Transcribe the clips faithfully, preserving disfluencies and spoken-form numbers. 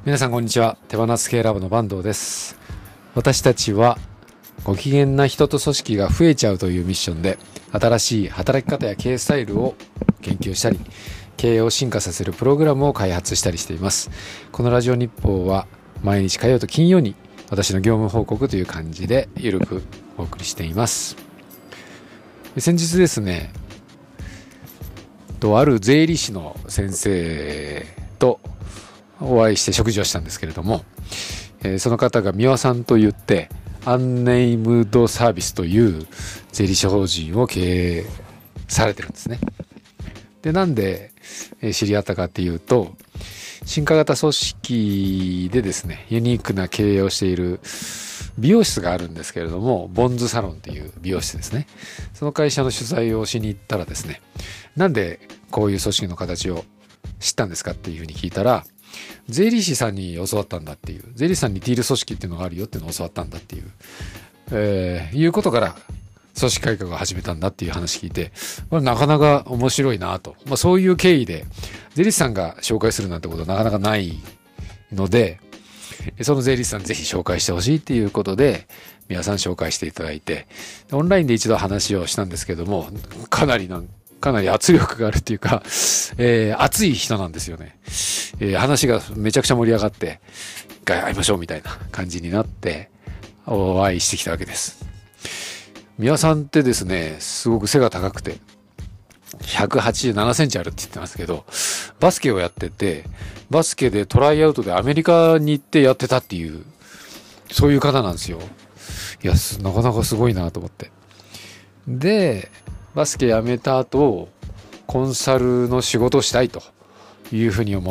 皆さんこんにちは。手放す系ラボの坂東です。私たちはご機嫌な人と組織が増えちゃうというミッションで、新しい働き方や経営スタイルを研究したり、経営を進化させるプログラムを開発したりしています。このラジオ日報は毎日火曜と金曜に私の業務報告という感じでゆるくお送りしています。先日ですね、とある税理士の先生とお会いして食事をしたんですけれども、えー、その方が三輪さんといってアンネイムドサービスという税理士法人を経営されてるんですね。で、なんで知り合ったかっていうと、進化型組織でですね、ユニークな経営をしている美容室があるんですけれども、ボンズサロンっていう美容室ですね。その会社の取材をしに行ったらですね、なんでこういう組織の形を知ったんですかっていうふうに聞いたら、税理士さんに教わったんだっていう、税理士さんに似ている組織っていうのがあるよっていうのを教わったんだっていう、えー、いうことから組織改革を始めたんだっていう話聞いて、これなかなか面白いなと。まあそういう経緯で、税理士さんが紹介するなんてことはなかなかないので、その税理士さんぜひ紹介してほしいっていうことで、皆さん紹介していただいて、オンラインで一度話をしたんですけども、かなりなんかなり圧力があるっていうか、えー、熱い人なんですよね。えー、話がめちゃくちゃ盛り上がって、一回会いましょうみたいな感じになって、お会いしてきたわけです。三輪さんってですね、すごく背が高くて、ひゃくはちじゅうななセンチあるって言ってますけど、バスケをやってて、バスケでトライアウトでアメリカに行ってやってたっていう、そういう方なんですよ。いや、なかなかすごいなと思って。で、バスケやめた後、コンサルの仕事をしたいというふうに思って、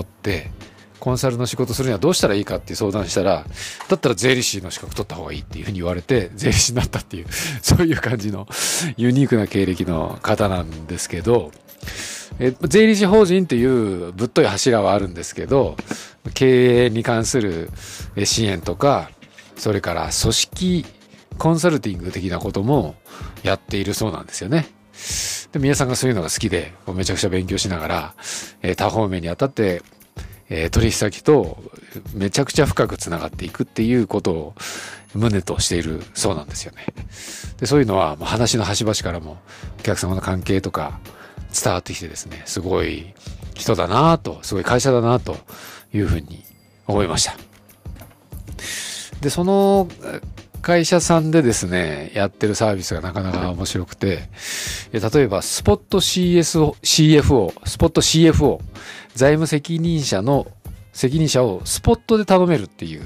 コンサルの仕事するにはどうしたらいいかって相談したら、だったら税理士の資格取った方がいいっていうふうに言われて、税理士になったっていう、そういう感じのユニークな経歴の方なんですけど、え税理士法人っていうぶっとい柱はあるんですけど、経営に関する支援とか、それから組織コンサルティング的なこともやっているそうなんですよね。で、皆さんがそういうのが好きで、めちゃくちゃ勉強しながら、えー、多方面にあたって、えー、取引先とめちゃくちゃ深くつながっていくっていうことを旨としているそうなんですよね。で、そういうのは話の端々からもお客様の関係とか伝わってきてですね、すごい人だなと、すごい会社だなというふうに思いました。で、その会社さんでですね、やってるサービスがなかなか面白くて、例えばスポット シーエスオー、シーエフオー、スポット シーエフオー、財務責任者の責任者をスポットで頼めるっていう、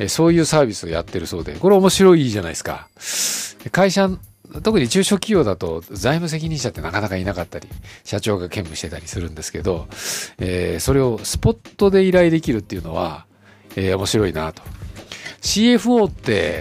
そういうサービスをやってるそうで、これ面白いじゃないですか。会社、特に中小企業だと財務責任者ってなかなかいなかったり、社長が兼務してたりするんですけど、えー、それをスポットで依頼できるっていうのは、えー、面白いなと。シーエフオー って、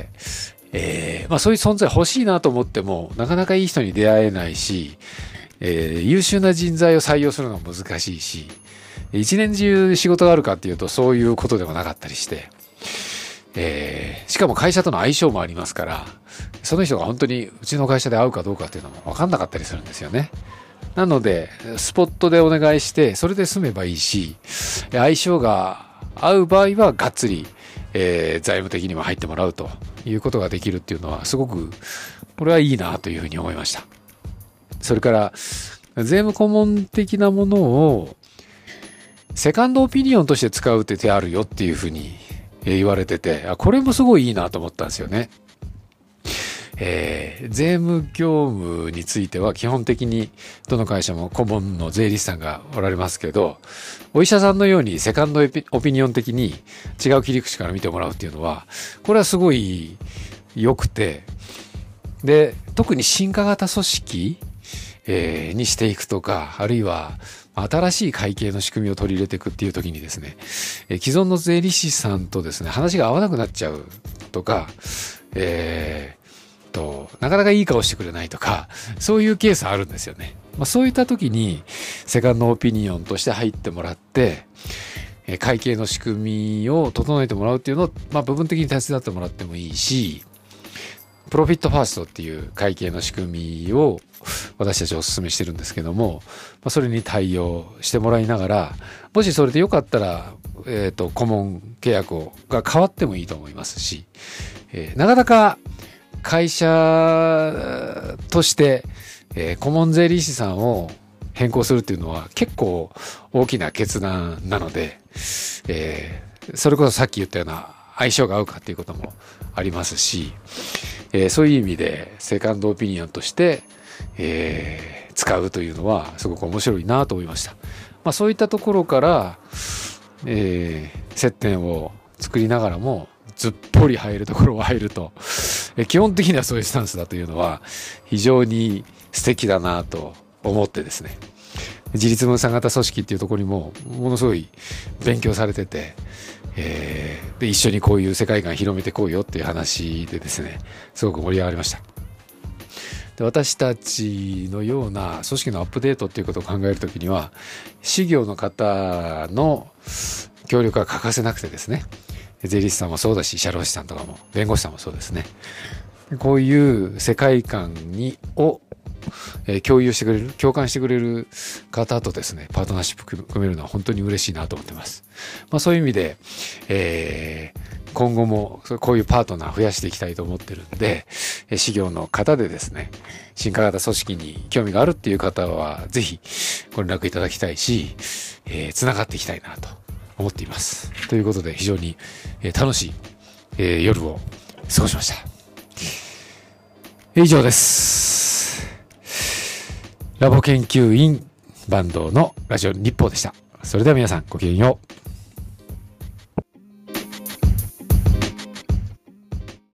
えー、まあそういう存在欲しいなと思っても、なかなかいい人に出会えないし、えー、優秀な人材を採用するのも難しいし、一年中仕事があるかっていうとそういうことでもなかったりして、えー、しかも会社との相性もありますから、その人が本当にうちの会社で会うかどうかっていうのも分かんなかったりするんですよね。なので、スポットでお願いして、それで済めばいいし、相性が合う場合はがっつり、えー、財務的にも入ってもらうということができるっていうのはすごくこれはいいなというふうに思いました。それから税務顧問的なものをセカンドオピニオンとして使うって手あるよっていうふうに言われてて、これもすごいいいなと思ったんですよね。えー、税務業務については基本的にどの会社も顧問の税理士さんがおられますけど、お医者さんのようにセカンドオピニオン的に違う切り口から見てもらうっていうのは、これはすごい良くて、で、特に進化型組織、えー、にしていくとか、あるいは新しい会計の仕組みを取り入れていくっていう時にですね、えー、既存の税理士さんとですね、話が合わなくなっちゃうとか、えーとなかなかいい顔してくれないとか、そういうケースあるんですよね。まあ、そういった時にセカンドオピニオンとして入ってもらって、え会計の仕組みを整えてもらうっていうのを、まあ、部分的に手伝ってもらってもいいし、プロフィットファーストっていう会計の仕組みを私たちお勧めしてるんですけども、まあ、それに対応してもらいながら、もしそれでよかったらえーと、顧問契約をが変わってもいいと思いますし、えー、なかなか会社として、えー、顧問税理士さんを変更するっていうのは結構大きな決断なので、えー、それこそさっき言ったような相性が合うかっていうこともありますし、えー、そういう意味でセカンドオピニオンとして、えー、使うというのはすごく面白いなと思いました。まあ、そういったところから、えー、接点を作りながらもずっぽり入るところは入ると、えー、基本的にはそういうスタンスだというのは非常に素敵だなと思ってですね、自立分散型組織っていうところにもものすごい勉強されてて、えー、で一緒にこういう世界観広めてこうよっていう話でですね、すごく盛り上がりました。で、私たちのような組織のアップデートっていうことを考えるときには、事業の方の協力が欠かせなくてですね、税理士さんもそうだし、社労士さんとかも弁護士さんもそうですね、こういう世界観にをえー、共有してくれる、共感してくれる方とですね、パートナーシップ組めるのは本当に嬉しいなと思ってます。まあそういう意味で、えー、今後もこういうパートナー増やしていきたいと思ってるんで、えー、事業の方でですね、進化型組織に興味があるっていう方はぜひご連絡いただきたいし、えー、つながっていきたいなと思っています。ということで非常に、えー、楽しい、えー、夜を過ごしました。以上です。ラボ研究員坂東のラジオ日報でした。それでは皆さんごきげんよう。